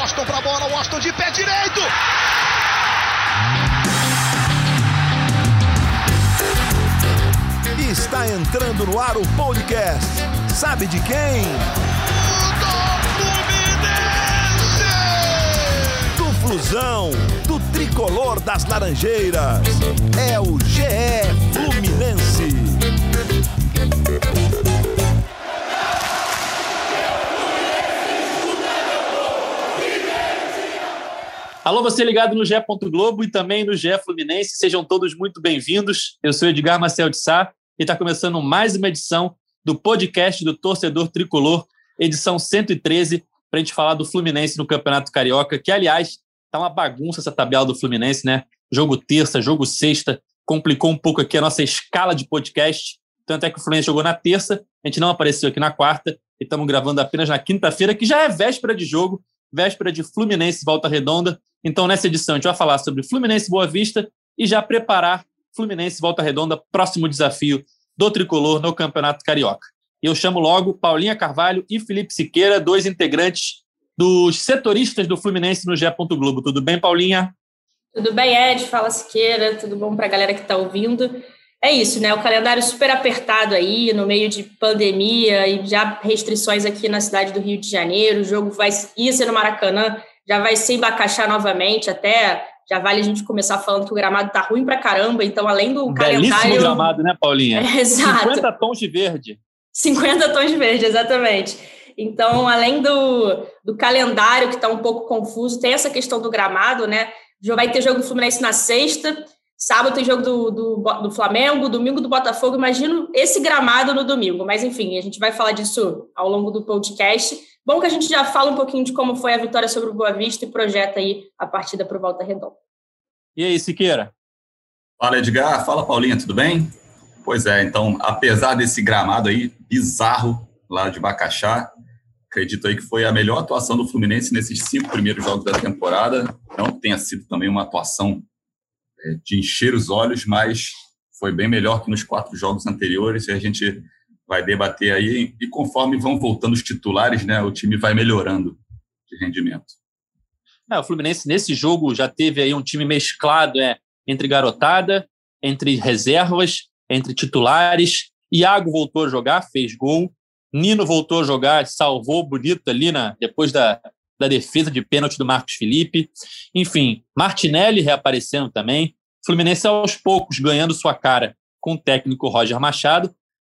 Washington pra bola, Washington de pé direito. Está entrando no ar o podcast. Sabe de quem? Do Fluminense! Do Flusão, do tricolor das Laranjeiras. É o GE Fluminense. Alô, você ligado no GE. Globo e também no GE Fluminense. Sejam todos muito bem-vindos. Eu sou Edgar Marcel de Sá e está começando mais uma edição do podcast do Torcedor Tricolor, edição 113, para a gente falar do Fluminense no Campeonato Carioca, que, aliás, está uma bagunça essa tabela do Fluminense, né? Jogo terça, jogo sexta, complicou um pouco aqui a nossa escala de podcast. Tanto é que o Fluminense jogou na terça, a gente não apareceu aqui na quarta e estamos gravando apenas na quinta-feira, que já é véspera de jogo, véspera de Fluminense Volta Redonda. Então, nessa edição, a gente vai falar sobre Fluminense Boa Vista e já preparar Fluminense Volta Redonda, próximo desafio do Tricolor no Campeonato Carioca. E eu chamo logo Paulinha Carvalho e Felipe Siqueira, dois integrantes dos setoristas do Fluminense no GE. Globo. Tudo bem, Paulinha? Tudo bem, Ed? Fala, Siqueira. Tudo bom para a galera que está ouvindo? É isso, né? O calendário super apertado aí, no meio de pandemia e já restrições aqui na cidade do Rio de Janeiro. O jogo ia ser no Maracanã, já vai ser em Bacaxá novamente, até já vale a gente começar falando que o gramado tá ruim pra caramba, então além do belíssimo calendário... Belíssimo gramado, né, Paulinha? Exato. 50 tons de verde. 50 tons de verde, exatamente. Então, além do calendário que tá um pouco confuso, tem essa questão do gramado, né? Já vai ter jogo do Fluminense na sexta, sábado tem jogo do Flamengo, domingo do Botafogo. Imagino esse gramado no domingo, mas enfim, a gente vai falar disso ao longo do podcast. Bom que a gente já fala um pouquinho de como foi a vitória sobre o Boa Vista e projeta aí a partida para o Volta Redonda. E aí, Siqueira? Fala, Edgar. Fala, Paulinha. Tudo bem? Pois é, então, apesar desse gramado aí bizarro lá de Bacaxá, acredito aí que foi a melhor atuação do Fluminense nesses 5 primeiros jogos da temporada. Não que tenha sido também uma atuação de encher os olhos, mas foi bem melhor que nos 4 jogos anteriores, e a gente vai debater aí, e conforme vão voltando os titulares, né, o time vai melhorando de rendimento. O Fluminense nesse jogo já teve aí um time mesclado entre garotada, entre reservas, entre titulares. Iago voltou a jogar, fez gol. Nino voltou a jogar, salvou bonito ali depois da defesa de pênalti do Marcos Felipe. Enfim, Martinelli reaparecendo também. Fluminense aos poucos ganhando sua cara com o técnico Roger Machado,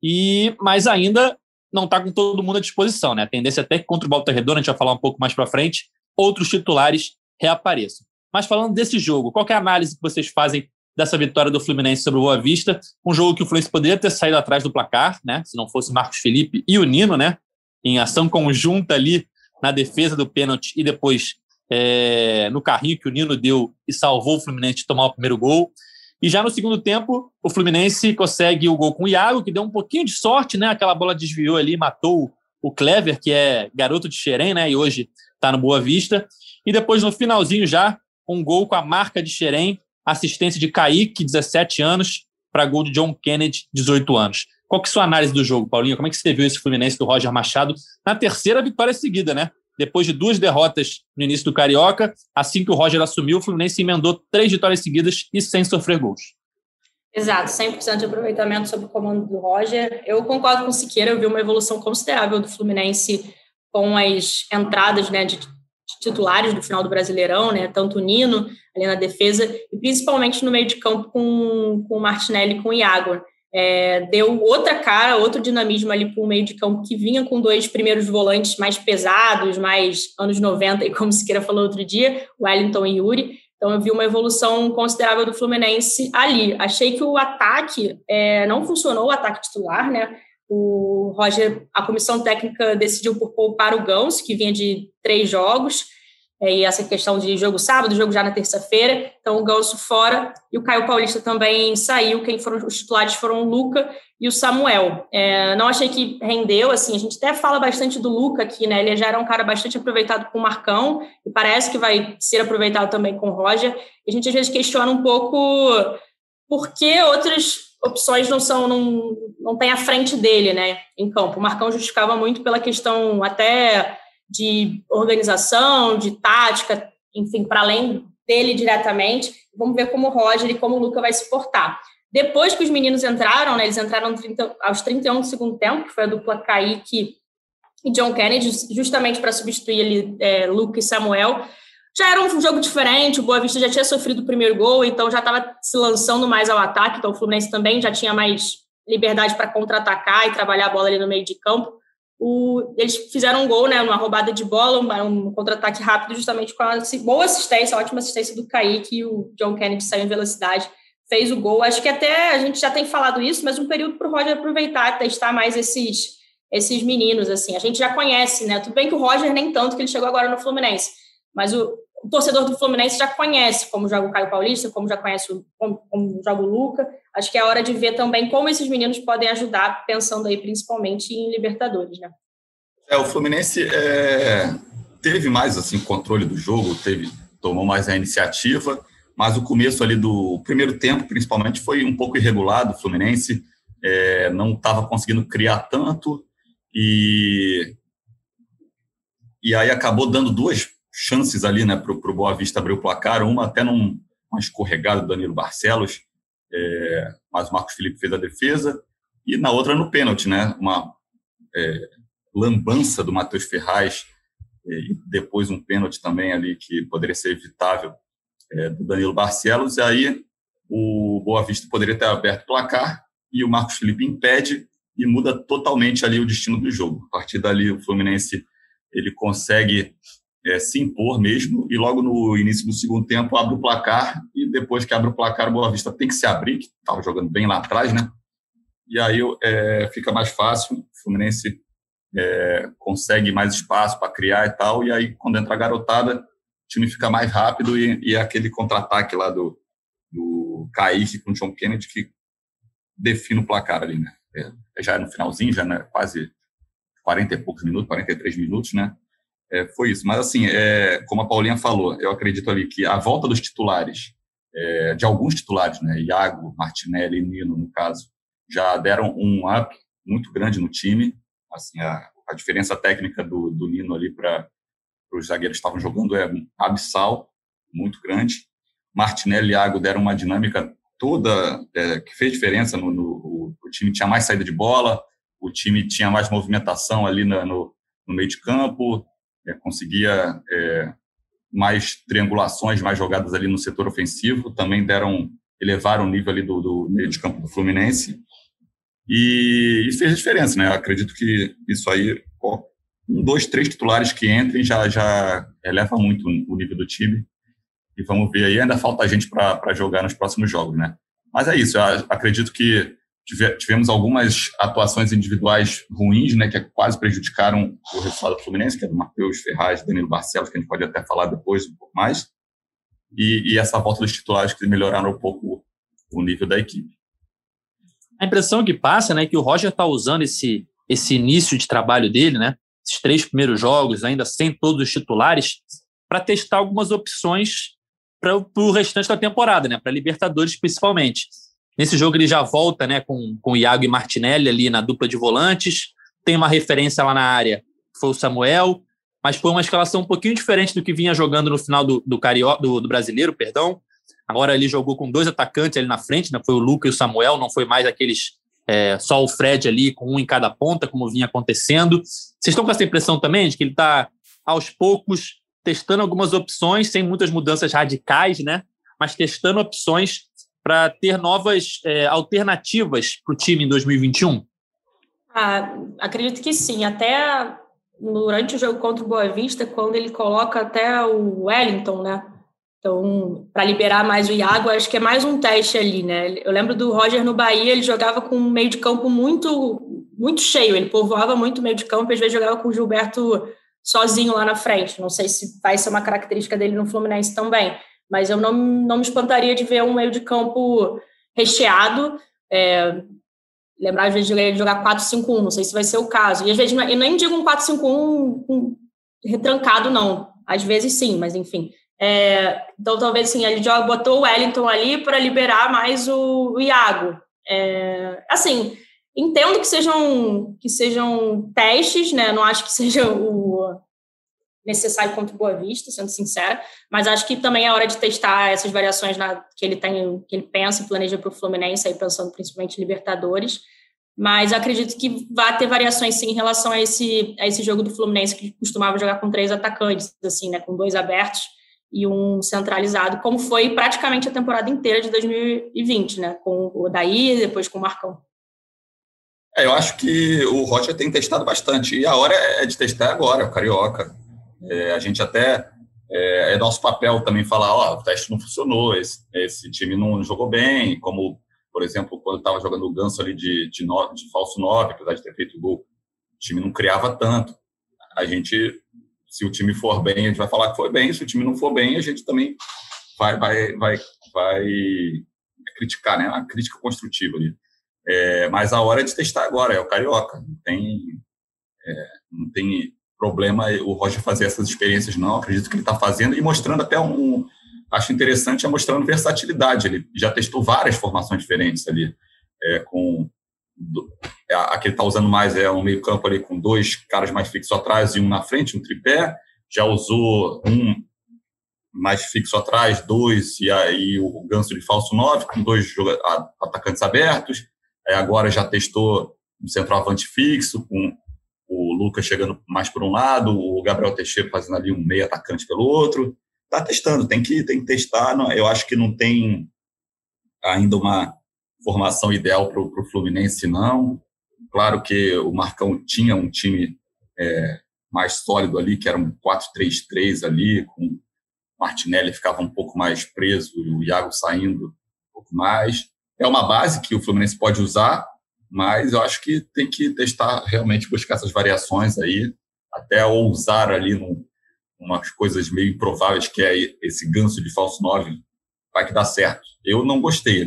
mas ainda não está com todo mundo à disposição, né? A tendência até que contra o Volta Redonda, a gente vai falar um pouco mais para frente, outros titulares reapareçam. Mas falando desse jogo, qual que é a análise que vocês fazem dessa vitória do Fluminense sobre o Boa Vista? Um jogo que o Fluminense poderia ter saído atrás do placar, né? Se não fosse o Marcos Felipe e o Nino, né? Em ação conjunta ali na defesa do pênalti e depois no carrinho que o Nino deu e salvou o Fluminense de tomar o primeiro gol. E já no segundo tempo, o Fluminense consegue o gol com o Iago, que deu um pouquinho de sorte, né? Aquela bola desviou ali, matou o Clever, que é garoto de Xerém, né? E hoje está no Boa Vista. E depois, no finalzinho já, um gol com a marca de Xerém, assistência de Kaique, 17 anos, para gol de John Kennedy, 18 anos. Qual que é a sua análise do jogo, Paulinho? Como é que você viu esse Fluminense do Roger Machado na terceira vitória seguida, né? Depois de 2 derrotas no início do Carioca, assim que o Roger assumiu, o Fluminense emendou 3 vitórias seguidas e sem sofrer gols. Exato, 100% de aproveitamento sob o comando do Roger. Eu concordo com o Siqueira, eu vi uma evolução considerável do Fluminense com as entradas, né, de titulares do final do Brasileirão, né, tanto o Nino ali na defesa e principalmente no meio de campo com o Martinelli e com o Iago. Deu outra cara, outro dinamismo ali para o meio de campo que vinha com 2 primeiros volantes mais pesados, mais anos 90, e como o Siqueira falou outro dia, o Wellington e Yuri. Então eu vi uma evolução considerável do Fluminense ali. Achei que o ataque não funcionou, o ataque titular, né? O Roger, a comissão técnica decidiu por poupar o Ganso, que vinha de 3 jogos, e essa questão de jogo sábado, jogo já na terça-feira, então o Ganso fora, e o Caio Paulista também saiu. Quem foram os titulares foram o Luca e o Samuel. Não achei que rendeu, assim, a gente até fala bastante do Luca aqui, né, ele já era um cara bastante aproveitado com o Marcão, e parece que vai ser aproveitado também com o Roger, e a gente às vezes questiona um pouco por que outras opções não tem à frente dele, né, em campo. O Marcão justificava muito pela questão até de organização, de tática, enfim, para além dele diretamente. Vamos ver como o Roger e como o Luka vai se portar. Depois que os meninos entraram, né, eles entraram aos 31 do segundo tempo, que foi a dupla Kaique e John Kennedy, justamente para substituir ali, Luka e Samuel. Já era um jogo diferente, o Boa Vista já tinha sofrido o primeiro gol, então já estava se lançando mais ao ataque, então o Fluminense também já tinha mais liberdade para contra-atacar e trabalhar a bola ali no meio de campo. Eles fizeram um gol, né, uma roubada de bola, um contra-ataque rápido, justamente com a boa assistência, a ótima assistência do Kaique, e o John Kennedy saiu em velocidade, fez o gol. Acho que até a gente já tem falado isso, mas um período para o Roger aproveitar, testar mais esses meninos, assim. A gente já conhece, né? Tudo bem que o Roger nem tanto, que ele chegou agora no Fluminense, mas o torcedor do Fluminense já conhece como joga o Caio Paulista, como já conhece como joga o Luka. Acho que é hora de ver também como esses meninos podem ajudar, pensando aí principalmente em Libertadores, né? O Fluminense teve mais assim, controle do jogo, tomou mais a iniciativa, mas o começo ali do primeiro tempo, principalmente, foi um pouco irregular do Fluminense, não estava conseguindo criar tanto, e aí acabou dando duas chances ali, né, para o Boa Vista abrir o placar, uma até numa escorregada do Danilo Barcelos, mas o Marcos Felipe fez a defesa, e na outra no pênalti, né, uma lambança do Matheus Ferraz, e depois um pênalti também ali que poderia ser evitável, do Danilo Barcelos, e aí o Boa Vista poderia ter aberto o placar, e o Marcos Felipe impede, e muda totalmente ali o destino do jogo. A partir dali o Fluminense ele consegue se impor mesmo, e logo no início do segundo tempo abre o placar, e depois que abre o placar o Boa Vista tem que se abrir, que estava jogando bem lá atrás, né? E aí fica mais fácil, o Fluminense consegue mais espaço para criar e tal, e aí quando entra a garotada, o time fica mais rápido, e é aquele contra-ataque lá do Kaique com o John Kennedy que define o placar ali, né? Já no finalzinho, já né, quase 40 e poucos minutos, 43 minutos, né? Foi isso. Mas, assim, como a Paulinha falou, eu acredito ali que a volta dos titulares, de alguns titulares, né? Iago, Martinelli e Nino, no caso, já deram um up muito grande no time. Assim, a diferença técnica do Nino ali para os zagueiros que estavam jogando é abissal, muito grande. Martinelli e Iago deram uma dinâmica toda que fez diferença. O time tinha mais saída de bola, o time tinha mais movimentação ali no meio de campo, conseguia mais triangulações, mais jogadas ali no setor ofensivo, também elevaram o nível ali do meio de campo do Fluminense, e fez a diferença, né? Eu acredito que isso aí, 1, 2, 3 titulares que entrem já eleva muito o nível do time, e vamos ver aí, ainda falta gente para jogar nos próximos jogos, né? Mas é isso, eu acredito que tivemos algumas atuações individuais ruins, né, que quase prejudicaram o resultado do Fluminense, que é do Matheus Ferraz, Danilo Barcelos, que a gente pode até falar depois um pouco mais, e essa volta dos titulares que melhoraram um pouco o nível da equipe. A impressão que passa, né, é que o Roger está usando esse início de trabalho dele, né, esses 3 primeiros jogos, ainda sem todos os titulares, para testar algumas opções para o restante da temporada, né, para Libertadores principalmente. Nesse jogo ele já volta, né, com Iago e Martinelli ali na dupla de volantes, tem uma referência lá na área, que foi o Samuel, mas foi uma escalação um pouquinho diferente do que vinha jogando no final do Brasileiro, perdão. Agora ele jogou com 2 atacantes ali na frente, né, foi o Luka e o Samuel, não foi mais aqueles só o Fred ali com um em cada ponta, como vinha acontecendo. Vocês estão com essa impressão também de que ele está, aos poucos, testando algumas opções, sem muitas mudanças radicais, né, mas testando opções para ter novas alternativas para o time em 2021? Acredito que sim. Até durante o jogo contra o Boa Vista, quando ele coloca até o Wellington, né? Então, para liberar mais o Iago, acho que é mais um teste ali, né? Eu lembro do Roger no Bahia, ele jogava com um meio de campo muito, muito cheio, ele povoava muito o meio de campo, e às vezes jogava com o Gilberto sozinho lá na frente. Não sei se vai ser uma característica dele no Fluminense também, mas eu não me espantaria de ver um meio de campo recheado. Lembrar, às vezes, de ele jogar 4-5-1, não sei se vai ser o caso. E, às vezes, eu nem digo um 4-5-1 retrancado, não. Às vezes, sim, mas, enfim. Então, talvez, assim, ele botou o Wellington ali para liberar mais o Iago. Assim, entendo que sejam testes, né? Não acho que seja necessário contra o Boa Vista, sendo sincera, mas acho que também é hora de testar essas variações que ele pensa e planeja para o Fluminense, aí pensando principalmente em Libertadores, mas acredito que vai ter variações sim em relação a esse jogo do Fluminense, que costumava jogar com 3 atacantes, assim, né, com 2 abertos e um centralizado, como foi praticamente a temporada inteira de 2020, né, com o Odair e depois com o Marcão. Eu acho que o Roger tem testado bastante, e a hora é de testar agora, o Carioca. A gente até, é nosso papel também falar, o teste não funcionou, esse time não jogou bem, como, por exemplo, quando estava jogando o Ganso ali de falso 9, apesar de ter feito gol, o time não criava tanto. A gente, se o time for bem, a gente vai falar que foi bem, se o time não for bem, a gente também vai criticar, né? Uma crítica construtiva ali. Mas a hora é de testar agora, é o Carioca. Não tem problema o Roger fazer essas experiências, não. Acredito que ele está fazendo e mostrando até acho interessante, mostrando versatilidade. Ele já testou várias formações diferentes ali. A que ele está usando mais é um meio campo ali com 2 caras mais fixos atrás e um na frente, um tripé. Já usou um mais fixo atrás, 2, e aí o Ganso de falso 9, com 2 atacantes abertos. Agora já testou um centroavante fixo, com o Lucas chegando mais por um lado, o Gabriel Teixeira fazendo ali um meio atacante pelo outro. Está testando, tem que testar. Eu acho que não tem ainda uma formação ideal para o Fluminense, não. Claro que o Marcão tinha um time mais sólido ali, que era um 4-3-3 ali, com o Martinelli ficava um pouco mais preso e o Iago saindo um pouco mais. É uma base que o Fluminense pode usar, mas eu acho que tem que testar, realmente buscar essas variações aí, até ousar ali umas coisas meio improváveis, que é esse Ganso de falso 9, vai que dá certo. Eu não gostei,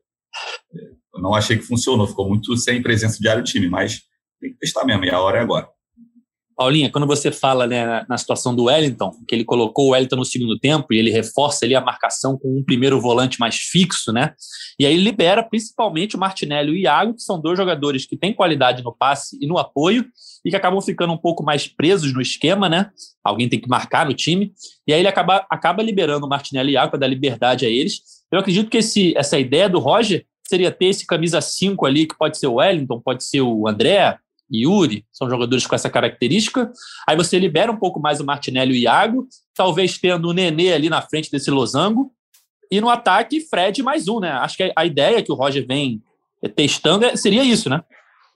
eu não achei que funcionou, ficou muito sem presença diária do time, mas tem que testar mesmo, e a hora é agora. Paulinha, quando você fala, né, na situação do Wellington, que ele colocou o Wellington no segundo tempo e ele reforça ali a marcação com um primeiro volante mais fixo, né? E aí libera principalmente o Martinelli e o Iago, que são 2 jogadores que têm qualidade no passe e no apoio e que acabam ficando um pouco mais presos no esquema, né? Alguém tem que marcar no time. E aí ele acaba liberando o Martinelli e o Iago para dar liberdade a eles. Eu acredito que essa ideia do Roger seria ter esse camisa 5 ali, que pode ser o Wellington, pode ser o André, Yuri, são jogadores com essa característica. Aí você libera um pouco mais o Martinelli e o Iago, talvez tendo o Nenê ali na frente desse losango, e no ataque, Fred mais um, né? Acho que a ideia que o Roger vem testando seria isso, né?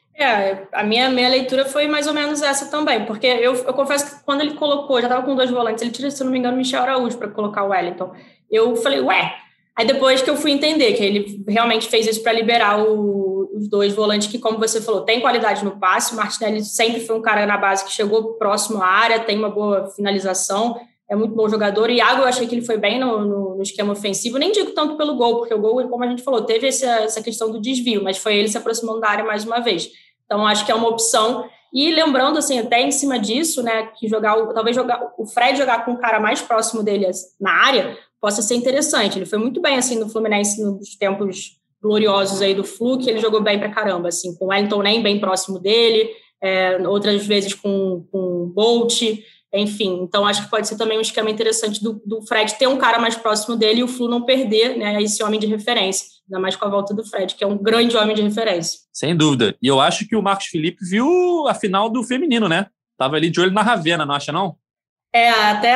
A minha leitura foi mais ou menos essa também, porque eu confesso que quando ele colocou, já estava com 2 volantes, ele tira, se não me engano, o Michel Araújo para colocar o Wellington. Eu falei, Aí depois que eu fui entender que ele realmente fez isso para liberar os 2 volantes que, como você falou, tem qualidade no passe. O Martinelli sempre foi um cara na base que chegou próximo à área, tem uma boa finalização, é muito bom jogador. E Iago, eu achei que ele foi bem no esquema ofensivo, nem digo tanto pelo gol, porque o gol, como a gente falou, teve essa questão do desvio, mas foi ele se aproximando da área mais uma vez. Então, acho que é uma opção. E lembrando, assim, até em cima disso, né, que talvez o Fred jogar com um cara mais próximo dele na área possa ser interessante. Ele foi muito bem, assim, no Fluminense nos tempos gloriosos aí do Flu, que ele jogou bem pra caramba, assim, com o Wellington nem bem próximo dele, outras vezes com o Bolt, enfim. Então, acho que pode ser também um esquema interessante do Fred ter um cara mais próximo dele e o Flu não perder, né, esse homem de referência, ainda mais com a volta do Fred, que é um grande homem de referência. Sem dúvida. E eu acho que o Marcos Felipe viu a final do feminino, né? Tava ali de olho na Ravena, não acha, não? Até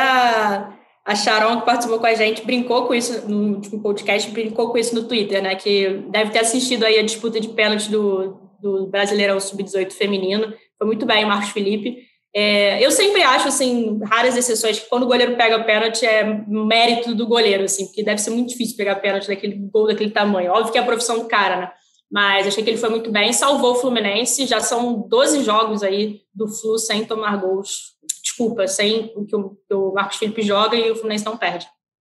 a Sharon, que participou com a gente, brincou com isso no último podcast, brincou com isso no Twitter, né? Que deve ter assistido aí a disputa de pênalti do Brasileirão Sub-18 feminino. Foi muito bem o Marcos Felipe. Eu sempre acho, assim, raras exceções, que quando o goleiro pega pênalti é mérito do goleiro, assim, porque deve ser muito difícil pegar pênalti daquele gol daquele tamanho. Óbvio que é a profissão do cara, né? Mas achei que ele foi muito bem, salvou o Fluminense. Já são 12 jogos aí do Flu sem tomar gols. Desculpa, sem o que o Marcos Felipe joga e o Fluminense não perde.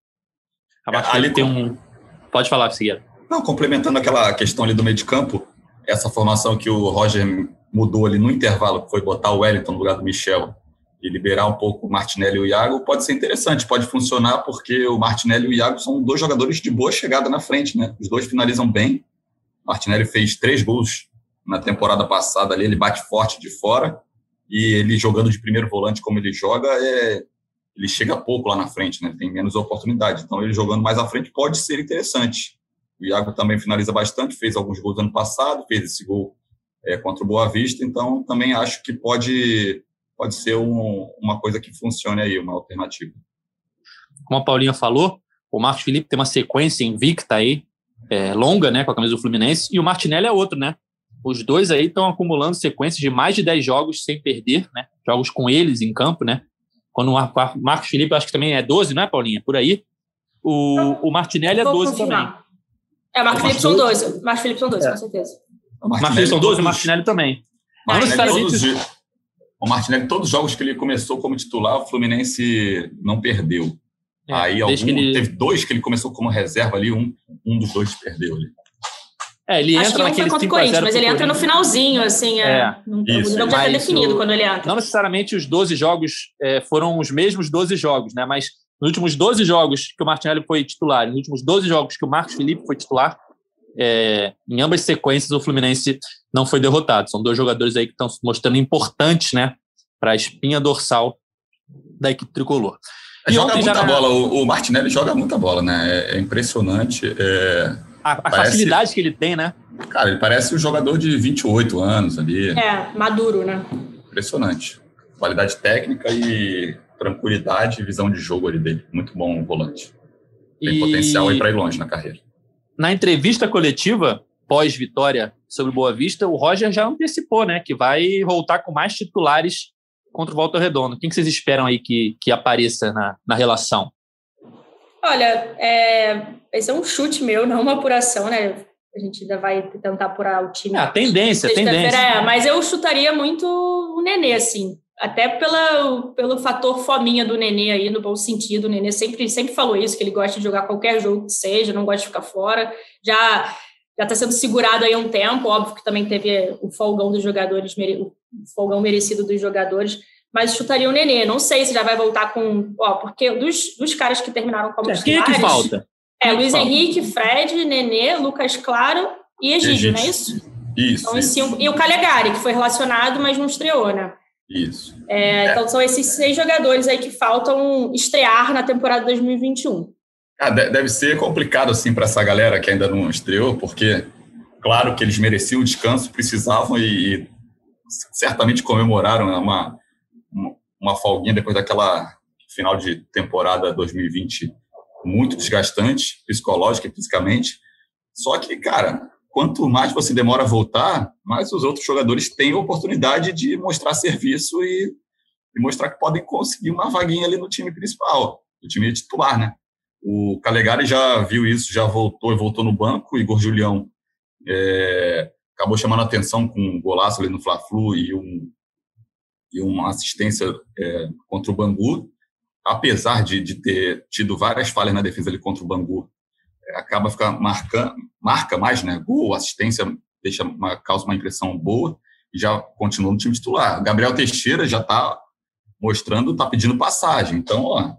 Ali tem Pode falar, Figueira. Não, complementando aquela questão ali do meio de campo, essa formação que o Roger mudou ali no intervalo, que foi botar o Wellington no lugar do Michel e liberar um pouco o Martinelli e o Iago, pode ser interessante, pode funcionar, porque o Martinelli e o Iago são 2 jogadores de boa chegada na frente, né? Os 2 finalizam bem. O Martinelli fez 3 gols na temporada passada ali, ele bate forte de fora, e ele jogando de primeiro volante como ele joga, ele chega pouco lá na frente, né? Tem menos oportunidade. Então, ele jogando mais à frente pode ser interessante. O Iago também finaliza bastante, fez alguns gols no ano passado, fez esse gol contra o Boa Vista. Então, também acho que pode ser uma coisa que funcione aí, uma alternativa. Como a Paulinha falou, o Marcos Felipe tem uma sequência invicta aí, longa, né, com a camisa do Fluminense, e o Martinelli é outro, né? Os dois aí estão acumulando sequências de mais de 10 jogos sem perder, né? Jogos com eles em campo, né? Quando o Marcos Felipe, acho que também é 12, não é, Paulinha? Por aí. O Martinelli é 12 também. O Marcos Felipe são 12. Marcos Felipe são 12, com certeza. O Marcos Felipe são 12 e o Martinelli também. O Martinelli, todos os jogos que ele começou como titular, o Fluminense não perdeu. Aí teve 2 que ele começou como reserva ali, um dos 2 perdeu ali. Ele acho entra naquele 5x0, mas ele entra no finalzinho, assim, não já está definido quando ele entra. Não necessariamente os 12 jogos foram os mesmos 12 jogos, né? Mas nos últimos 12 jogos que o Martinelli foi titular, nos últimos 12 jogos que o Marcos Felipe foi titular, em ambas sequências o Fluminense não foi derrotado. São 2 jogadores aí que estão se mostrando importantes, né, para a espinha dorsal da equipe tricolor. Joga muita bola, o Martinelli joga muita bola, né? É impressionante. A facilidade que ele tem, né? Cara, ele parece um jogador de 28 anos ali. Maduro, né? Impressionante. Qualidade técnica e tranquilidade e visão de jogo ali dele. Muito bom o volante. Tem potencial aí para ir longe na carreira. Na entrevista coletiva, pós-vitória sobre o Boa Vista, o Roger já antecipou, né, que vai voltar com mais titulares contra o Volta Redonda. Quem que vocês esperam aí que apareça na relação? Olha, esse é um chute meu, não uma apuração, né? A gente ainda vai tentar apurar o time. A tendência. Mas eu chutaria muito o Nenê, assim. Até pelo fator fominha do Nenê aí, no bom sentido. O Nenê sempre falou isso, que ele gosta de jogar qualquer jogo que seja, não gosta de ficar fora. Já está sendo segurado aí há um tempo, óbvio que também teve o folgão dos jogadores, o folgão merecido dos jogadores, mas chutaria o Nenê. Não sei se já vai voltar com... porque dos caras que terminaram como titulares... Quem é que falta? Luiz Henrique, Fred, Nenê, Lucas Claro e Egídio, não é isso? Isso. Então, isso. E o Calegari, que foi relacionado, mas não estreou, né? Isso. Então, são esses 6 jogadores aí que faltam estrear na temporada 2021. Deve ser complicado, assim, para essa galera que ainda não estreou, porque, claro que eles mereciam o descanso, precisavam e certamente comemoraram uma folguinha depois daquela final de temporada 2020 muito desgastante, psicológica e fisicamente. Só que, cara, quanto mais você demora a voltar, mais os outros jogadores têm a oportunidade de mostrar serviço e mostrar que podem conseguir uma vaguinha ali no time principal, no time titular, né? O Calegari já viu isso, já voltou no banco. O Igor Julião acabou chamando a atenção com um golaço ali no Fla-Flu e uma assistência contra o Bangu. Apesar de ter tido várias falhas na defesa ali contra o Bangu, acaba ficando marca mais, né? Gol, assistência, causa uma impressão boa e já continua no time titular. Gabriel Teixeira já está mostrando, está pedindo passagem. Então,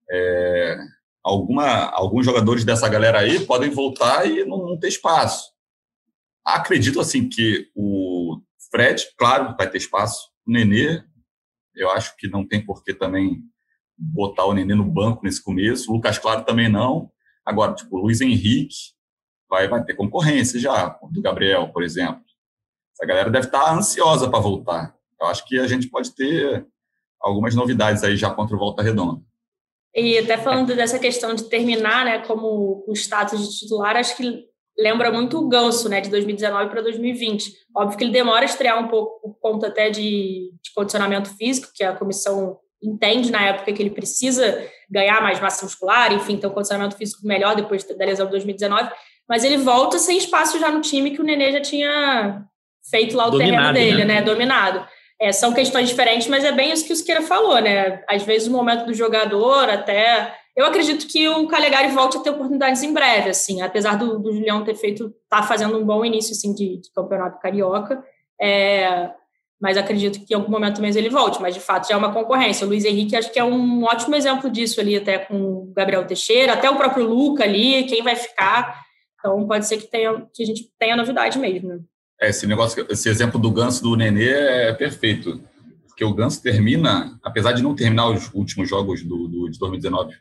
alguns jogadores dessa galera aí podem voltar e não ter espaço. Acredito, assim, que o Fred, claro, vai ter espaço. O Nenê, eu acho que não tem por que também botar o Nenê no banco nesse começo. O Lucas Claro também não. Agora, o Luiz Henrique vai ter concorrência já, do Gabriel, por exemplo. Essa galera deve estar ansiosa para voltar. Eu acho que a gente pode ter algumas novidades aí já contra o Volta Redonda. E até falando dessa questão de terminar, né, como o status de titular, acho que lembra muito o Ganso, né, de 2019 para 2020. Óbvio que ele demora a estrear um pouco por conta até de condicionamento físico, que a comissão entende na época que ele precisa ganhar mais massa muscular, enfim, ter um condicionamento físico melhor depois da lesão de 2019, mas ele volta sem espaço já no time que o Nenê já tinha feito lá o terreno dele, né? Dominado. São questões diferentes, mas é bem isso que o Siqueira falou, né? Às vezes o momento do jogador até... Eu acredito que o Calegari volte a ter oportunidades em breve, assim, apesar do Julião tá fazendo um bom início, assim, de campeonato carioca, mas acredito que em algum momento mesmo ele volte, mas de fato já é uma concorrência. O Luiz Henrique acho que é um ótimo exemplo disso ali, até com o Gabriel Teixeira, até o próprio Luca ali, quem vai ficar. Então pode ser que a gente tenha novidade mesmo, né? Esse exemplo do Ganso, do Nenê é perfeito. porque o Ganso termina, apesar de não terminar os últimos jogos de 2019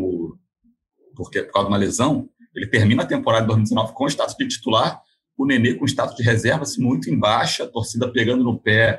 por causa de uma lesão, ele termina a temporada de 2019 com o status de titular, o Nenê com status de reserva assim, muito em baixa, a torcida pegando no pé,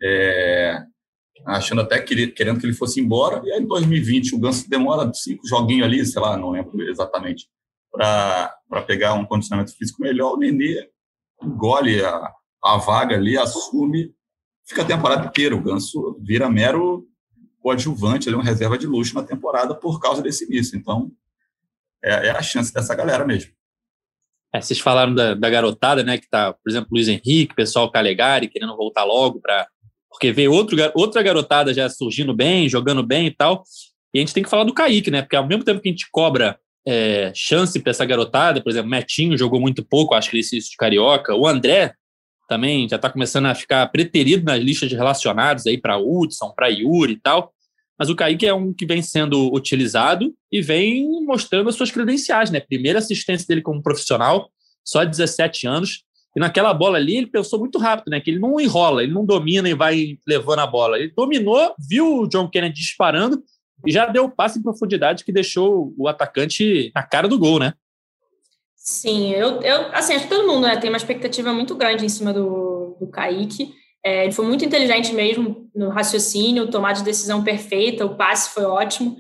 achando até querendo que ele fosse embora, e aí em 2020 o Ganso demora 5 joguinhos ali, sei lá, não lembro exatamente, para pegar um condicionamento físico melhor, o Nenê engole a vaga ali, assume, fica a temporada inteira, o Ganso vira mero coadjuvante, ele é uma reserva de luxo na temporada por causa desse início, então é a chance dessa galera mesmo. Vocês falaram da garotada, né, que tá, por exemplo, Luiz Henrique, pessoal Calegari, querendo voltar logo, porque vê outra garotada já surgindo bem, jogando bem e tal, e a gente tem que falar do Kaique, né, porque ao mesmo tempo que a gente cobra chance para essa garotada, por exemplo, Metinho jogou muito pouco, acho que ele de Carioca, o André também já está começando a ficar preterido nas listas de relacionados aí para Hudson, para Yuri e tal, mas o Kaique é um que vem sendo utilizado e vem mostrando as suas credenciais, né? Primeira assistência dele como profissional, só 17 anos, e naquela bola ali ele pensou muito rápido, né? Que ele não enrola, ele não domina e vai levando a bola. Ele dominou, viu o John Kennedy disparando e já deu o passe em profundidade que deixou o atacante na cara do gol, né? Sim, eu assim, acho que todo mundo, né, tem uma expectativa muito grande em cima do Kaique. Ele foi muito inteligente mesmo no raciocínio, tomada de decisão perfeita, o passe foi ótimo.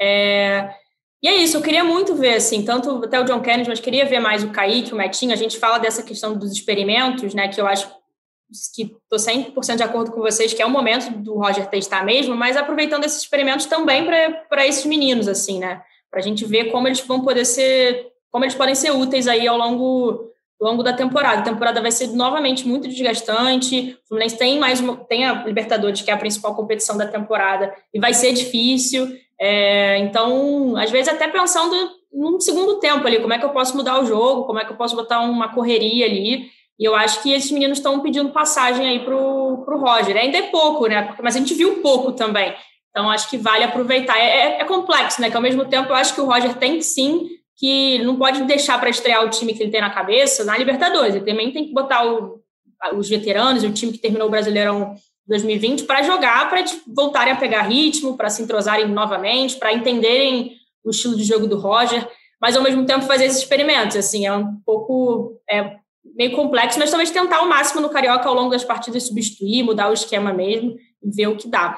E é isso, eu queria muito ver, assim, tanto até o John Kennedy, mas queria ver mais o Kaique, o Metinho. A gente fala dessa questão dos experimentos, né, que eu acho que estou 100% de acordo com vocês, que é o momento do Roger testar mesmo, mas aproveitando esses experimentos também para esses meninos, assim, né, para a gente ver como eles vão poder como eles podem ser úteis aí ao longo da temporada. A temporada vai ser novamente muito desgastante, o Fluminense tem a Libertadores, que é a principal competição da temporada, e vai ser difícil, então, às vezes até pensando num segundo tempo ali, como é que eu posso mudar o jogo, como é que eu posso botar uma correria ali, e eu acho que esses meninos estão pedindo passagem aí pro Roger, ainda é pouco, né, mas a gente viu pouco também, então acho que vale aproveitar, é complexo, né, que ao mesmo tempo eu acho que o Roger tem sim, que ele não pode deixar para estrear o time que ele tem na cabeça na Libertadores. Ele também tem que botar os veteranos e o time que terminou o Brasileirão 2020 para jogar, para voltarem a pegar ritmo, para se entrosarem novamente, para entenderem o estilo de jogo do Roger, mas ao mesmo tempo fazer esses experimentos. Assim, é um pouco meio complexo, mas talvez tentar o máximo no Carioca ao longo das partidas, substituir, mudar o esquema mesmo e ver o que dá.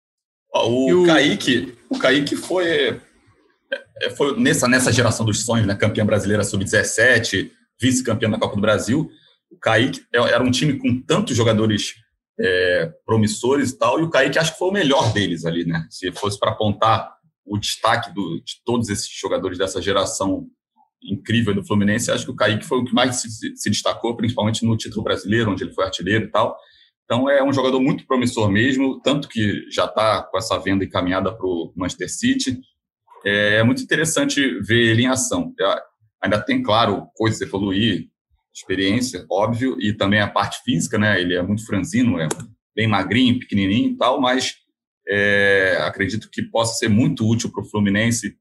O Kaique foi nessa geração dos sonhos, né? Campeã brasileira sub-17, vice-campeã da Copa do Brasil. O Kaique era um time com tantos jogadores promissores e tal, e o Kaique acho que foi o melhor deles ali, né? Se fosse para apontar o destaque de todos esses jogadores dessa geração incrível do Fluminense, acho que o Kaique foi o que mais se destacou, principalmente no título brasileiro, onde ele foi artilheiro e tal. Então é um jogador muito promissor mesmo, tanto que já está com essa venda encaminhada para o Manchester City. É muito interessante ver ele em ação. Ainda tem, claro, coisas a evoluir, experiência, óbvio, e também a parte física, né? Ele é muito franzino, é bem magrinho, pequenininho e tal, mas acredito que possa ser muito útil para o Fluminense,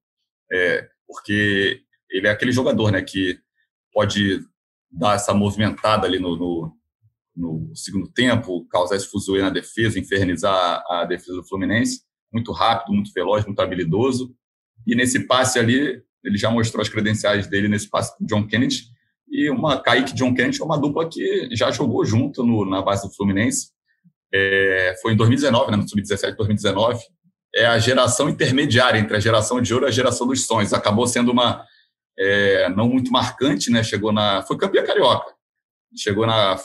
porque ele é aquele jogador, né, que pode dar essa movimentada ali no segundo tempo, causar esse fuzuê na defesa, infernizar a defesa do Fluminense, muito rápido, muito veloz, muito habilidoso. E nesse passe ali, ele já mostrou as credenciais dele nesse passe para o John Kennedy. E uma Kaique e John Kennedy é uma dupla que já jogou junto na base do Fluminense. Foi em 2019, né, no Sub-17 de 2019. É a geração intermediária entre a geração de ouro e a geração dos sonhos. Acabou sendo uma não muito marcante, né? Foi campeã carioca. Chegou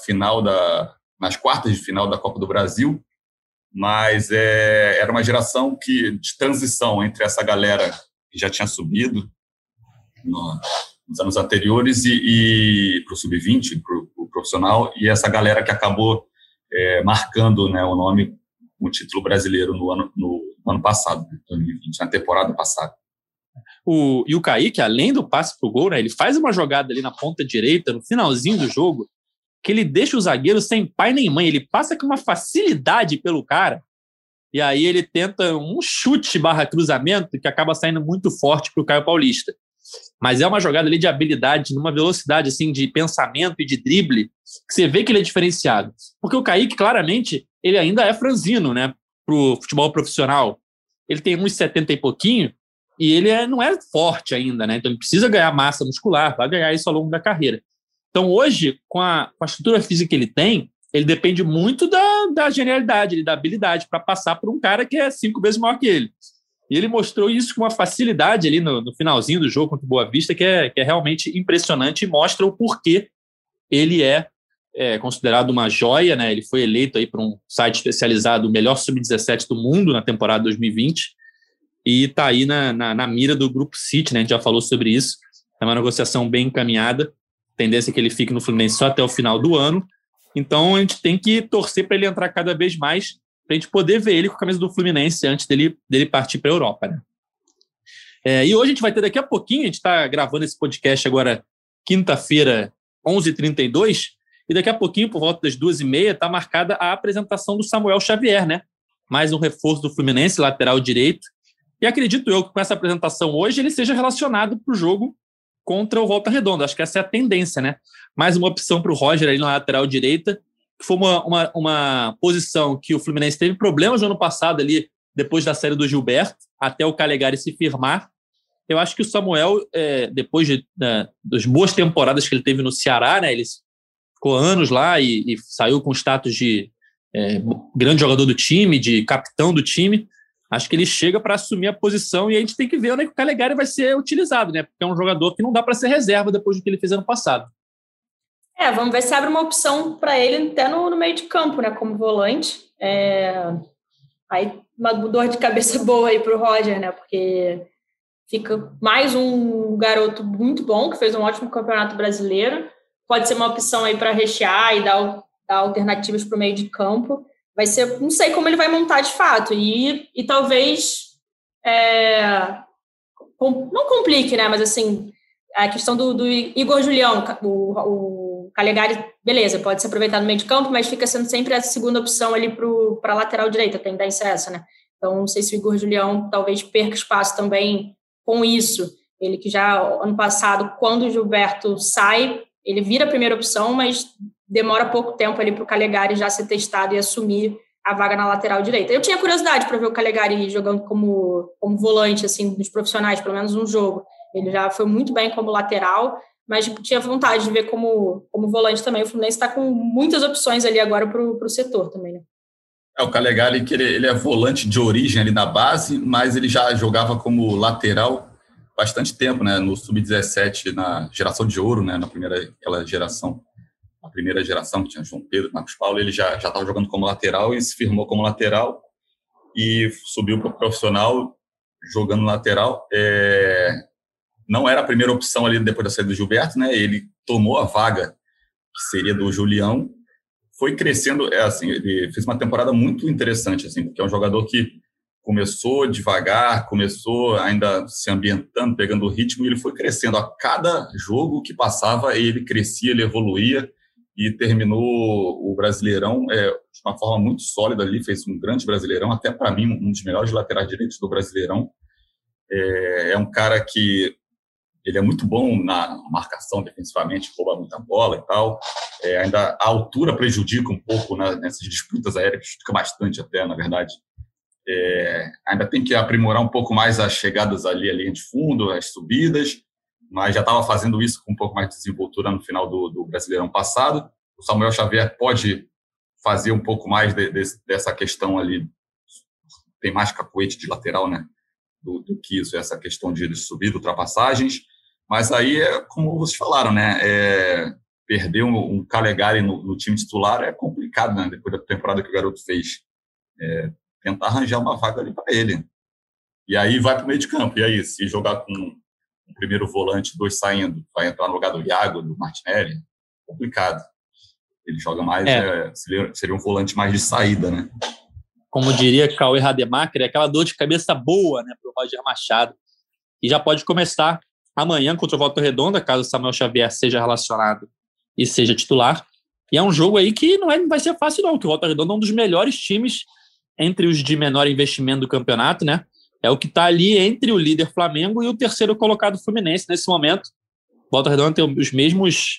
nas quartas de final da Copa do Brasil. Mas era uma geração de transição entre essa galera que já tinha subido nos anos anteriores e para o Sub-20, para o profissional, e essa galera que acabou marcando, né, o nome, o título brasileiro no ano passado, né, 2020, na temporada passada. E o Kaique, além do passe para o gol, né, ele faz uma jogada ali na ponta direita, no finalzinho do jogo, que ele deixa o zagueiro sem pai nem mãe, ele passa com uma facilidade pelo cara, e aí ele tenta um chute / cruzamento que acaba saindo muito forte para o Caio Paulista. Mas é uma jogada ali de habilidade, numa velocidade assim, de pensamento e de drible, que você vê que ele é diferenciado. Porque o Kaique, claramente, ele ainda é franzino, né, pro futebol profissional. Ele tem 1,70 e pouquinho, e ele não é forte ainda, né? Então ele precisa ganhar massa muscular, vai ganhar isso ao longo da carreira. Então hoje, com a estrutura física que ele depende muito da genialidade, da habilidade para passar por um cara que é 5 vezes maior que ele. E ele mostrou isso com uma facilidade ali no finalzinho do jogo contra o Boa Vista, que é realmente impressionante e mostra o porquê ele é considerado uma joia, né? Ele foi eleito aí por um site especializado o melhor sub-17 do mundo na temporada 2020 e está aí na mira do Grupo City, né? A gente já falou sobre isso. É uma negociação bem encaminhada. A tendência é que ele fique no Fluminense só até o final do ano. Então a gente tem que torcer para ele entrar cada vez mais, para a gente poder ver ele com a camisa do Fluminense antes dele partir para a Europa, né? E hoje a gente vai ter daqui a pouquinho, a gente está gravando esse podcast agora quinta-feira, 11h32, e daqui a pouquinho, por volta das 2h30, está marcada a apresentação do Samuel Xavier, né? Mais um reforço do Fluminense, lateral direito. E acredito eu que com essa apresentação hoje ele seja relacionado para o jogo contra o Volta Redonda. Acho que essa é a tendência, né? Mais uma opção para o Roger ali na lateral direita, que foi uma posição que o Fluminense teve problemas no ano passado ali, depois da série do Gilberto, até o Calegari se firmar. Eu acho que o Samuel, depois das boas temporadas que ele teve no Ceará, né? Ele ficou anos lá e saiu com status de grande jogador do time, de capitão do time. Acho que ele chega para assumir a posição e a gente tem que ver onde é que o Calegari vai ser utilizado, né? Porque é um jogador que não dá para ser reserva depois do que ele fez ano passado. Vamos ver se abre uma opção para ele até no meio de campo, né? Como volante. Aí uma dor de cabeça boa aí para o Roger, né? Porque fica mais um garoto muito bom, que fez um ótimo campeonato brasileiro. Pode ser uma opção aí para rechear e dar alternativas para o meio de campo. Vai ser, não sei como ele vai montar de fato, e talvez não complique, né? Mas assim, a questão do Igor Julião, o Calegari, beleza, pode se aproveitar no meio de campo, mas fica sendo sempre a segunda opção ali para a lateral direita, a tendência é essa, né? Então, não sei se o Igor Julião talvez perca espaço também com isso. Ele que já, ano passado, quando o Gilberto sai, ele vira a primeira opção, mas demora pouco tempo ali para o Calegari já ser testado e assumir a vaga na lateral direita. Eu tinha curiosidade para ver o Calegari jogando como volante, assim, nos profissionais, pelo menos um jogo. Ele já foi muito bem como lateral, mas tinha vontade de ver como volante também. O Fluminense está com muitas opções ali agora para o setor também, né? O Calegari, que ele é volante de origem ali na base, mas ele já jogava como lateral bastante tempo, né? No Sub-17, na geração de ouro, né? A primeira geração, que tinha João Pedro, Marcos Paulo, ele já estava jogando como lateral e se firmou como lateral e subiu para o profissional jogando lateral. Não era a primeira opção ali depois da saída do Gilberto, né? Ele tomou a vaga, que seria do Julião, foi crescendo, ele fez uma temporada muito interessante, assim, porque é um jogador que começou devagar, começou ainda se ambientando, pegando o ritmo, e ele foi crescendo. A cada jogo que passava, ele crescia, ele evoluía, e terminou o Brasileirão de uma forma muito sólida ali, fez um grande Brasileirão, até para mim, um dos melhores laterais direitos do Brasileirão. É um cara que ele é muito bom na marcação defensivamente, rouba muita bola e tal. Ainda a altura prejudica um pouco nessas disputas aéreas, prejudica bastante até, na verdade. Ainda tem que aprimorar um pouco mais as chegadas ali, a linha de fundo, as subidas, mas já estava fazendo isso com um pouco mais de desenvoltura no final do Brasileirão passado. O Samuel Xavier pode fazer um pouco mais dessa questão ali, tem mais cacoete de lateral, né, do que isso, essa questão de subida, ultrapassagens, mas aí como vocês falaram, né, perder um Calegari no time titular é complicado, né, depois da temporada que o garoto fez. Tentar arranjar uma vaga ali para ele. E aí vai para o meio de campo. E aí, se jogar com o primeiro volante, 2 saindo, vai entrar no lugar do Iago, do Martinelli, complicado. Ele joga mais, seria um volante mais de saída, né? Como diria Cauê Rademacher, é aquela dor de cabeça boa, né, para o Roger Machado. E já pode começar amanhã contra o Volta Redonda, caso o Samuel Xavier seja relacionado e seja titular. E é um jogo aí que não vai ser fácil, não, que o Volta Redonda é um dos melhores times entre os de menor investimento do campeonato, né? É o que está ali entre o líder Flamengo e o terceiro colocado Fluminense nesse momento. Volta Redonda tem os mesmos...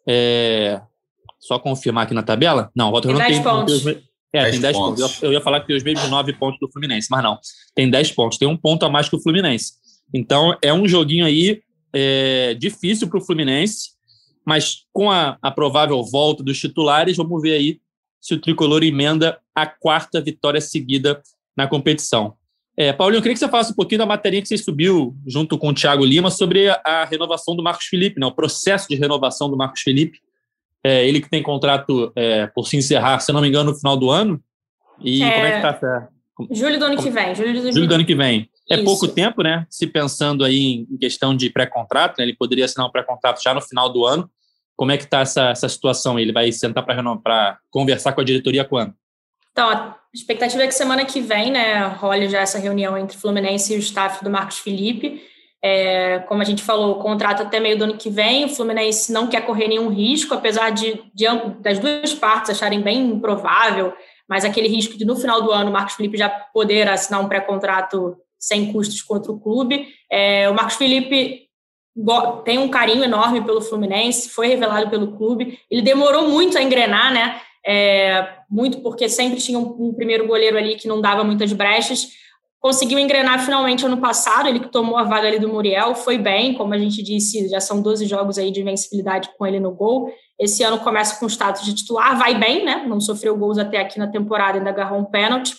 Só confirmar aqui na tabela? Não, Volta Redonda tem 10 pontos. Tem 10 pontos. Eu ia falar que tem os mesmos 9 pontos do Fluminense, mas não. Tem 10 pontos. Tem um ponto a mais que o Fluminense. Então, é um joguinho aí difícil para o Fluminense, mas com a provável volta dos titulares, vamos ver aí se o Tricolor emenda a 4ª vitória seguida na competição. Paulinho, eu queria que você falasse um pouquinho da matéria que você subiu junto com o Thiago Lima sobre a renovação do Marcos Felipe, né? O processo de renovação do Marcos Felipe. Ele que tem contrato por se encerrar, se não me engano, no final do ano. E como é que está? Julho do ano que vem. Julho do ano que vem. Isso. Pouco tempo, né? Se pensando aí em questão de pré-contrato, né? Ele poderia assinar um pré-contrato já no final do ano. Como é que está essa situação? Ele vai sentar para conversar com a diretoria quando? Então, a expectativa é que semana que vem, né, role já essa reunião entre o Fluminense e o staff do Marcos Felipe. Como a gente falou, o contrato até meio do ano que vem. O Fluminense não quer correr nenhum risco, apesar das duas partes acharem bem improvável, mas aquele risco de no final do ano o Marcos Felipe já poder assinar um pré-contrato sem custos contra o clube. O Marcos Felipe tem um carinho enorme pelo Fluminense, foi revelado pelo clube. Ele demorou muito a engrenar, né? Muito porque sempre tinha um primeiro goleiro ali que não dava muitas brechas. Conseguiu engrenar finalmente ano passado, ele que tomou a vaga ali do Muriel, foi bem, como a gente disse, já são 12 jogos aí de invencibilidade com ele no gol. Esse ano começa com status de titular, vai bem, né? Não sofreu gols até aqui na temporada, ainda agarrou um pênalti.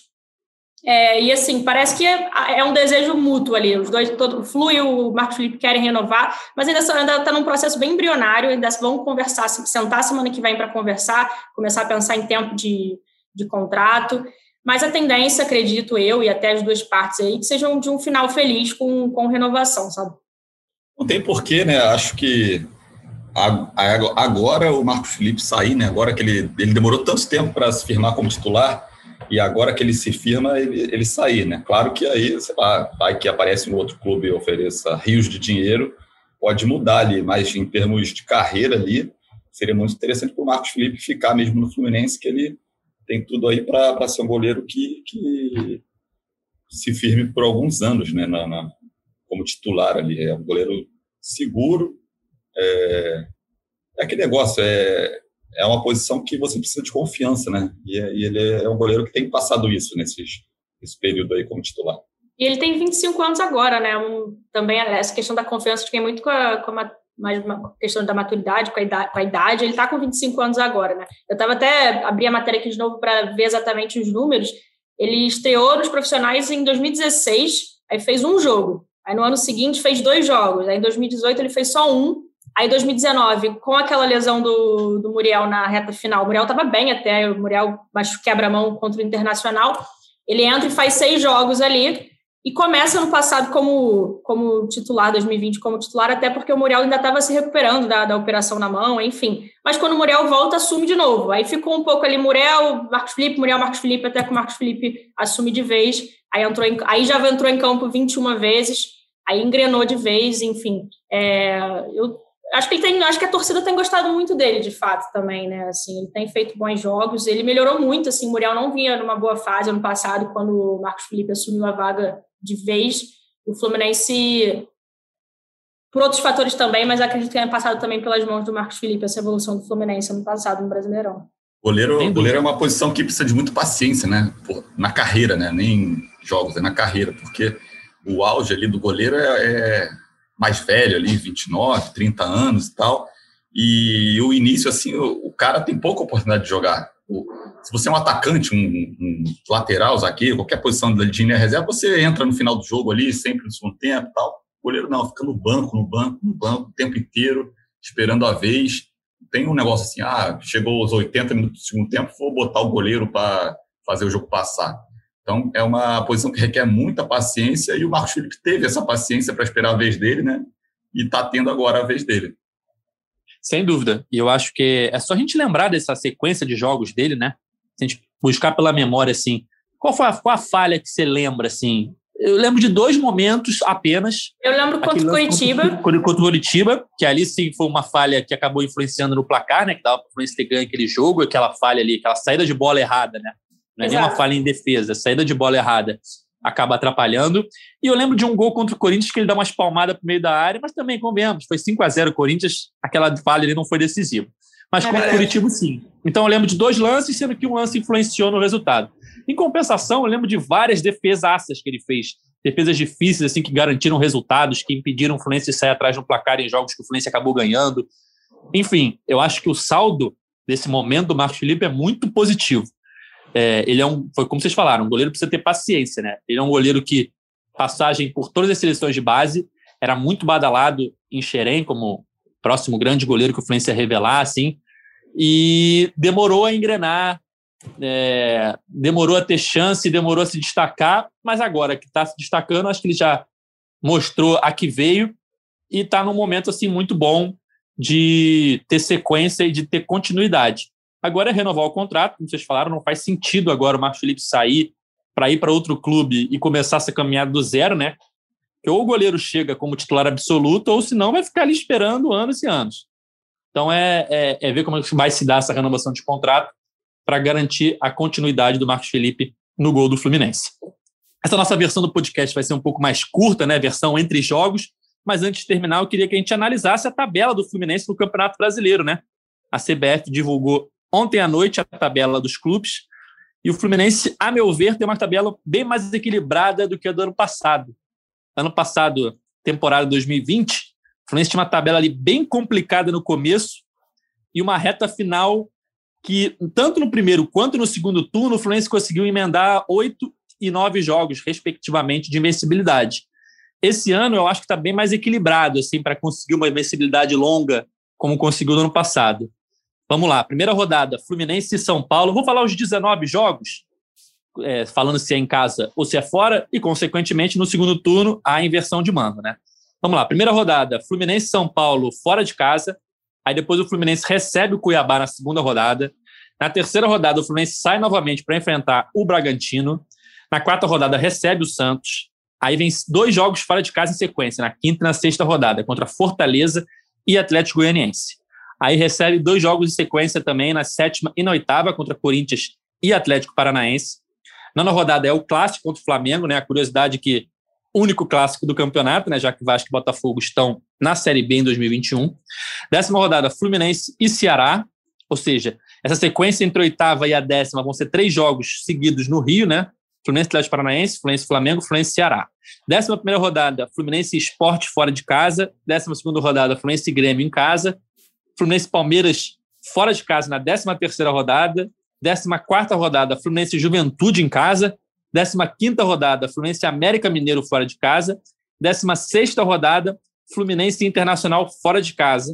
E assim, parece que é um desejo mútuo ali, os dois, o Flu e o Marcos Felipe querem renovar, mas ainda está num processo bem embrionário, ainda vão conversar, sentar semana que vem para conversar, começar a pensar em tempo de contrato, mas a tendência, acredito eu, e até as duas partes aí, que sejam de um final feliz com renovação, sabe? Não tem porquê, né? Acho que agora o Marcos Felipe sair, né? Agora que ele demorou tanto tempo para se firmar como titular, e agora que ele se firma, ele sair, né? Claro que aí, sei lá, vai que aparece um outro clube e ofereça rios de dinheiro, pode mudar ali, mas em termos de carreira ali, seria muito interessante para o Marcos Felipe ficar mesmo no Fluminense, que ele tem tudo aí para ser um goleiro que se firme por alguns anos, né? Como titular ali. É um goleiro seguro, é aquele negócio, é uma posição que você precisa de confiança, né? E ele é um goleiro que tem passado isso nesse período aí como titular. E ele tem 25 anos agora, né? Também essa questão da confiança tem muito com mais uma questão da maturidade, com a idade. Ele está com 25 anos agora, né? Eu estava até abri a matéria aqui de novo para ver exatamente os números. Ele estreou nos profissionais em 2016, aí fez um jogo. Aí no ano seguinte fez 2 jogos. Aí em 2018 ele fez só um. Aí, em 2019, com aquela lesão do Muriel na reta final, o Muriel estava bem até, o Muriel quebra a mão contra o Internacional, ele entra e faz 6 jogos ali, e começa no passado como titular, 2020 como titular, até porque o Muriel ainda estava se recuperando da operação na mão, enfim. Mas quando o Muriel volta, assume de novo. Aí ficou um pouco ali Muriel, Marcos Felipe, até que o Marcos Felipe assume de vez, aí já entrou em campo 21 vezes, aí engrenou de vez, enfim. Acho que a torcida tem gostado muito dele, de fato, também, né? Assim, ele tem feito bons jogos, ele melhorou muito, assim, o Muriel não vinha numa boa fase ano passado, quando o Marcos Felipe assumiu a vaga de vez. O Fluminense, por outros fatores também, mas acredito que tenha passado também pelas mãos do Marcos Felipe, essa evolução do Fluminense ano passado no Brasileirão. Goleiro é uma posição que precisa de muita paciência, né? Na carreira, né? Nem em jogos, é na carreira, porque o auge ali do goleiro é mais velho ali, 29, 30 anos e tal, e o início, assim, o cara tem pouca oportunidade de jogar. Se você é um atacante, um lateral, zagueiro, qualquer posição de linha reserva, você entra no final do jogo ali, sempre no segundo tempo e tal. O goleiro não, fica no banco, o tempo inteiro, esperando a vez. Tem um negócio assim, chegou aos 80 minutos do segundo tempo, vou botar o goleiro para fazer o jogo passar. Então, é uma posição que requer muita paciência, e o Marcos Felipe teve essa paciência para esperar a vez dele, né? E está tendo agora a vez dele. Sem dúvida. E eu acho que é só a gente lembrar dessa sequência de jogos dele, né? Se a gente buscar pela memória, assim, qual a falha que você lembra, assim? Eu lembro de 2 momentos apenas. Eu lembro contra o Curitiba. Contra o Curitiba, que ali sim foi uma falha que acabou influenciando no placar, né? Que dava para o Fluminense ter ganho aquele jogo, aquela falha ali, aquela saída de bola errada, né? Não é nem uma falha em defesa, saída de bola errada. acaba atrapalhando. E eu lembro de um gol contra o Corinthians que ele dá umas palmadas pro meio da área, mas também, convenhamos, foi 5-0 o Corinthians, aquela falha ali não foi decisiva. Mas contra o Curitiba, sim. Então eu lembro de 2 lances, sendo que um lance influenciou no resultado. Em compensação, eu lembro de várias defesaças que ele fez. Defesas difíceis, assim, que garantiram resultados, que impediram o Fluminense de sair atrás no placar em jogos que o Fluminense acabou ganhando. Enfim, eu acho que o saldo desse momento do Marcos Felipe é muito positivo. Ele foi como vocês falaram, um goleiro precisa ter paciência, né? Ele é um goleiro que, passagem por todas as seleções de base, era muito badalado em Xerém, como próximo grande goleiro que o Fluminense ia revelar, assim, e demorou a engrenar, demorou a ter chance, demorou a se destacar, mas agora que está se destacando, acho que ele já mostrou a que veio e está num momento assim, muito bom de ter sequência e de ter continuidade. Agora é renovar o contrato, como vocês falaram, não faz sentido agora o Marcos Felipe sair para ir para outro clube e começar essa caminhada do zero, né? Porque ou o goleiro chega como titular absoluto, ou senão vai ficar ali esperando anos e anos. Então é ver como vai se dar essa renovação de contrato para garantir a continuidade do Marcos Felipe no gol do Fluminense. Essa nossa versão do podcast vai ser um pouco mais curta, né? Versão entre jogos, mas antes de terminar, eu queria que a gente analisasse a tabela do Fluminense no Campeonato Brasileiro, né? A CBF divulgou ontem à noite a tabela dos clubes e o Fluminense, a meu ver, tem uma tabela bem mais equilibrada do que a do ano passado. Ano passado, temporada 2020, o Fluminense tinha uma tabela ali bem complicada no começo e uma reta final que, tanto no primeiro quanto no segundo turno, o Fluminense conseguiu emendar 8 e 9 jogos, respectivamente, de invencibilidade. Esse ano, eu acho que está bem mais equilibrado, assim, para conseguir uma invencibilidade longa, como conseguiu no ano passado. Vamos lá, primeira rodada, Fluminense e São Paulo. Vou falar os 19 jogos, falando se é em casa ou se é fora, e, consequentemente, no segundo turno, a inversão de mando, né? Vamos lá, primeira rodada, Fluminense e São Paulo fora de casa. Aí depois o Fluminense recebe o Cuiabá na segunda rodada. Na terceira rodada, o Fluminense sai novamente para enfrentar o Bragantino. Na quarta rodada, recebe o Santos. Aí vem 2 jogos fora de casa em sequência, na quinta e na sexta rodada, contra Fortaleza e Atlético Goianiense. Aí recebe 2 jogos em sequência também na sétima e na oitava, contra Corinthians e Atlético Paranaense. Nona rodada é o clássico contra o Flamengo, né? A curiosidade que único clássico do campeonato, né? Já que Vasco e Botafogo estão na Série B em 2021. 10ª rodada, Fluminense e Ceará, ou seja, essa sequência entre a oitava e a 10ª vão ser 3 jogos seguidos no Rio, né? Fluminense Atlético Paranaense, Fluminense Flamengo, Fluminense Ceará. 11ª rodada, Fluminense Sport fora de casa. 12ª rodada, Fluminense Grêmio em casa. Fluminense Palmeiras fora de casa na 13ª rodada. 14ª rodada, Fluminense Juventude em casa. 15ª rodada, Fluminense América Mineiro fora de casa. 16ª rodada, Fluminense Internacional fora de casa.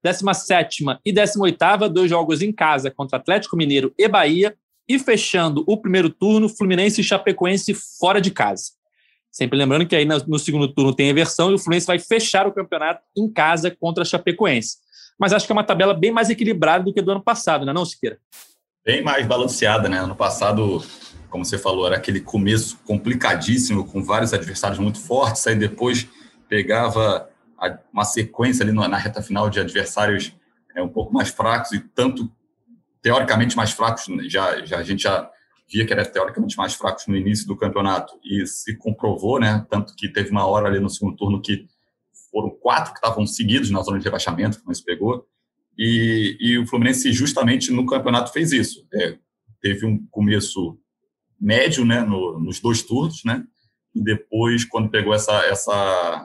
17ª e 18ª, 2 jogos em casa contra Atlético Mineiro e Bahia. E fechando o primeiro turno, Fluminense e Chapecoense fora de casa. Sempre lembrando que aí no segundo turno tem inversão e o Fluminense vai fechar o campeonato em casa contra a Chapecoense. Mas acho que é uma tabela bem mais equilibrada do que a do ano passado, não é não, Siqueira? Bem mais balanceada, né? Ano passado, como você falou, era aquele começo complicadíssimo, com vários adversários muito fortes, aí depois pegava uma sequência ali na reta final de adversários um pouco mais fracos e tanto teoricamente mais fracos, a gente já via que era teoricamente mais fracos no início do campeonato e se comprovou, né? Tanto que teve uma hora ali no segundo turno que foram 4 que estavam seguidos na zona de rebaixamento, que o Fluminense pegou, e o Fluminense justamente no campeonato fez isso. Teve um começo médio, né, nos 2 turnos, né? E depois, quando pegou essa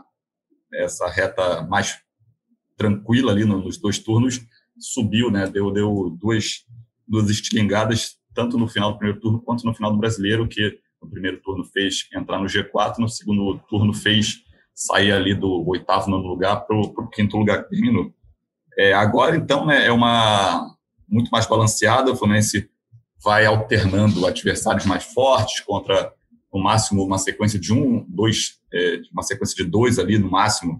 reta mais tranquila ali nos 2 turnos, subiu, né? Deu 2 estilingadas, tanto no final do primeiro turno quanto no final do Brasileiro, que no primeiro turno fez entrar no G4, no segundo turno fez sair ali do 8º, 9º lugar para o 5º lugar que terminou. Agora, então, né, muito mais balanceada, o Fluminense vai alternando adversários mais fortes contra, no máximo, uma sequência de 2, uma sequência de 2 ali, no máximo,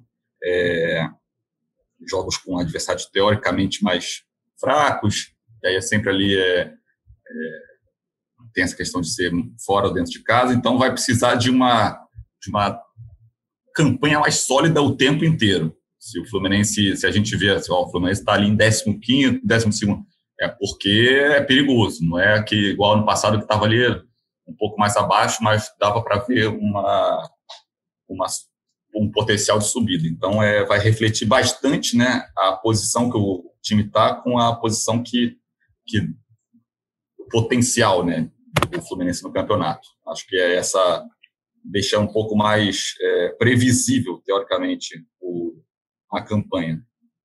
jogos com adversários teoricamente mais fracos, e aí é sempre ali tem essa questão de ser fora ou dentro de casa, então vai precisar de uma campanha mais sólida o tempo inteiro. Se o Fluminense, se a gente vê, o Fluminense está ali em 15º, 12º, é porque é perigoso, não é que igual ano passado que estava ali um pouco mais abaixo, mas dava para ver um potencial de subida. Então, vai refletir bastante, né, a posição que o time está com a posição que o potencial, né, do Fluminense no campeonato. Acho que é deixar um pouco mais previsível, teoricamente, a campanha.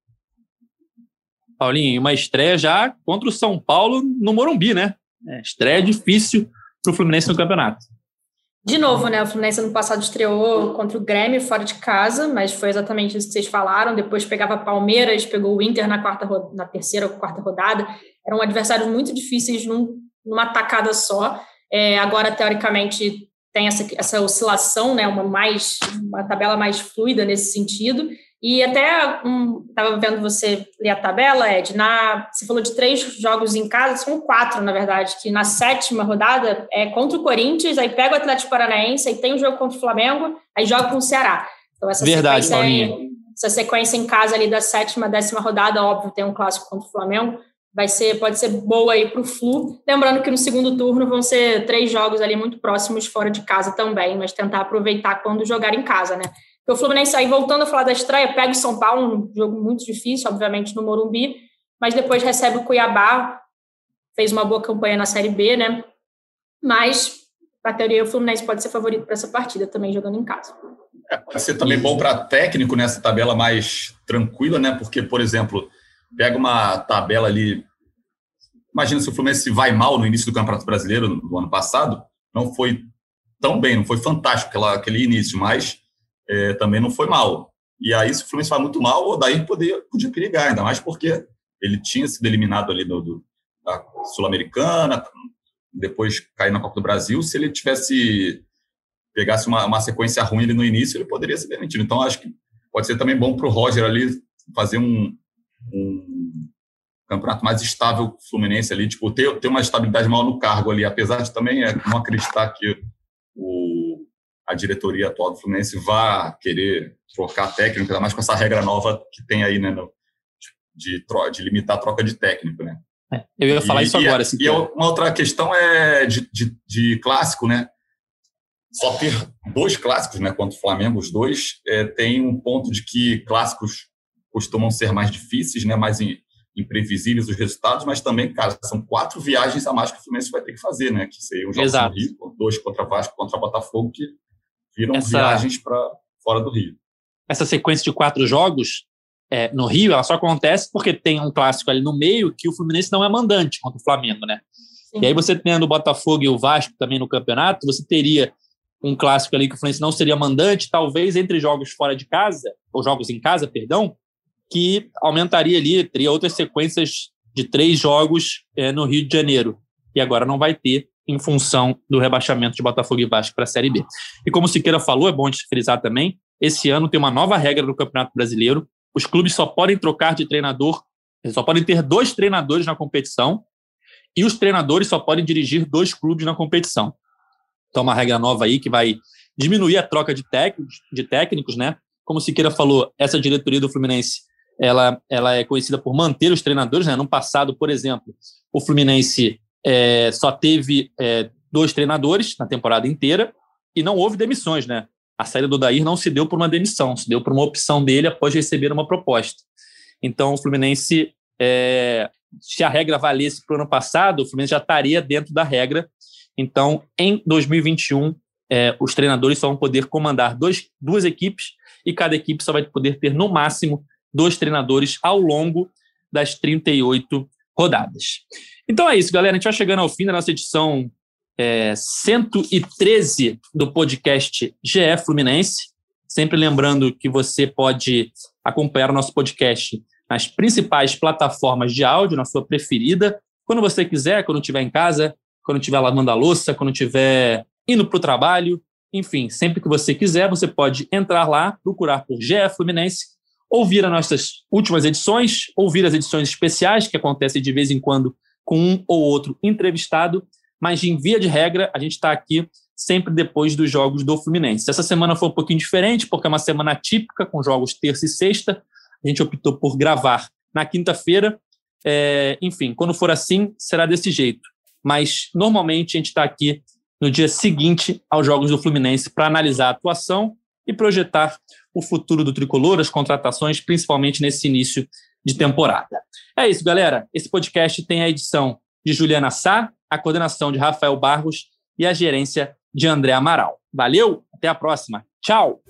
Paulinho, uma estreia já contra o São Paulo no Morumbi, né? Estreia difícil para o Fluminense no campeonato. De novo, né? O Fluminense ano passado estreou contra o Grêmio fora de casa, mas foi exatamente isso que vocês falaram. Depois pegava Palmeiras, pegou o Inter na terceira ou quarta rodada. Eram adversários muito difíceis numa tacada só. Agora, teoricamente, tem essa oscilação, né? Uma tabela mais fluida nesse sentido. E até estava vendo você ler a tabela, Ed, você falou de 3 jogos em casa, são 4, na verdade, que na 7ª rodada é contra o Corinthians, aí pega o Atlético Paranaense, aí tem um jogo contra o Flamengo, aí joga com o Ceará. Então, essa sequência em casa ali da 7ª, 10ª rodada, óbvio, tem um clássico contra o Flamengo, pode ser boa aí para o Flu. Lembrando que no segundo turno vão ser 3 jogos ali muito próximos fora de casa também, mas tentar aproveitar quando jogar em casa, né? O Fluminense, aí voltando a falar da estreia, pega o São Paulo, um jogo muito difícil, obviamente, no Morumbi, mas depois recebe o Cuiabá, fez uma boa campanha na Série B, né? Mas, na teoria, o Fluminense pode ser favorito para essa partida, também jogando em casa. Vai ser também bom para técnico nessa tabela mais tranquila, né? Porque, por exemplo, pega uma tabela ali. Imagina se o Fluminense vai mal no início do Campeonato Brasileiro, no ano passado, não foi tão bem, não foi fantástico aquele início, mas também não foi mal. E aí, se o Fluminense vai muito mal, o Odair podia perigar, ainda mais porque ele tinha sido eliminado ali da Sul-Americana, depois cair na Copa do Brasil. Se ele pegasse uma sequência ruim ali no início, ele poderia ser demitido. Então, acho que pode ser também bom para o Roger ali fazer um campeonato mais estável o Fluminense ali, tipo, ter uma estabilidade maior no cargo ali, apesar de também não acreditar que a diretoria atual do Fluminense vá querer trocar técnico, ainda mais com essa regra nova que tem aí, né, de limitar a troca de técnico, né? Eu ia falar isso agora. E uma outra questão é de clássico, né? Só ter 2 clássicos, né, contra o Flamengo, os 2, tem um ponto de que clássicos costumam ser mais difíceis, né, mais imprevisíveis os resultados, mas também, cara, são 4 viagens a mais que o Fluminense vai ter que fazer, né? Que seriam jogos no Rio, 2 contra Vasco, contra Botafogo, que viram viagens para fora do Rio. Essa sequência de 4 jogos no Rio, ela só acontece porque tem um clássico ali no meio que o Fluminense não é mandante contra o Flamengo, né? Sim. E aí você tendo o Botafogo e o Vasco também no campeonato, você teria um clássico ali que o Fluminense não seria mandante, talvez entre jogos fora de casa, ou jogos em casa, perdão, que aumentaria ali, teria outras sequências de 3 jogos no Rio de Janeiro. E agora não vai ter, em função do rebaixamento de Botafogo e Vasco para a Série B. E como o Siqueira falou, é bom de frisar também, esse ano tem uma nova regra no Campeonato Brasileiro, os clubes só podem trocar de treinador, só podem ter 2 treinadores na competição, e os treinadores só podem dirigir 2 clubes na competição. Então, uma regra nova aí que vai diminuir a troca de técnicos, né? Como o Siqueira falou, essa diretoria do Fluminense, ela é conhecida por manter os treinadores, né? No passado, por exemplo, o Fluminense só teve 2 treinadores na temporada inteira e não houve demissões, né? A saída do Odair não se deu por uma demissão, se deu por uma opção dele após receber uma proposta. Então, o Fluminense, se a regra valesse para o ano passado, o Fluminense já estaria dentro da regra. Então, em 2021, os treinadores só vão poder comandar 2 equipes e cada equipe só vai poder ter, no máximo, 2 treinadores ao longo das 38 rodadas. Então é isso, galera. A gente vai chegando ao fim da nossa edição 113 do podcast GE Fluminense. Sempre lembrando que você pode acompanhar o nosso podcast nas principais plataformas de áudio, na sua preferida, quando você quiser, quando estiver em casa, quando estiver lavando a louça, quando estiver indo para o trabalho, enfim, sempre que você quiser, você pode entrar lá, procurar por GE Fluminense, ouvir as nossas últimas edições, ouvir as edições especiais que acontecem de vez em quando com um ou outro entrevistado, mas em via de regra, a gente está aqui sempre depois dos jogos do Fluminense. Essa semana foi um pouquinho diferente, porque é uma semana típica, com jogos terça e sexta. A gente optou por gravar na quinta-feira. Enfim, quando for assim, será desse jeito. Mas, normalmente, a gente está aqui no dia seguinte aos jogos do Fluminense para analisar a atuação e projetar o futuro do Tricolor, as contratações, principalmente nesse início de temporada. É isso, galera. Esse podcast tem a edição de Juliana Sá, a coordenação de Rafael Barros e a gerência de André Amaral. Valeu, até a próxima. Tchau!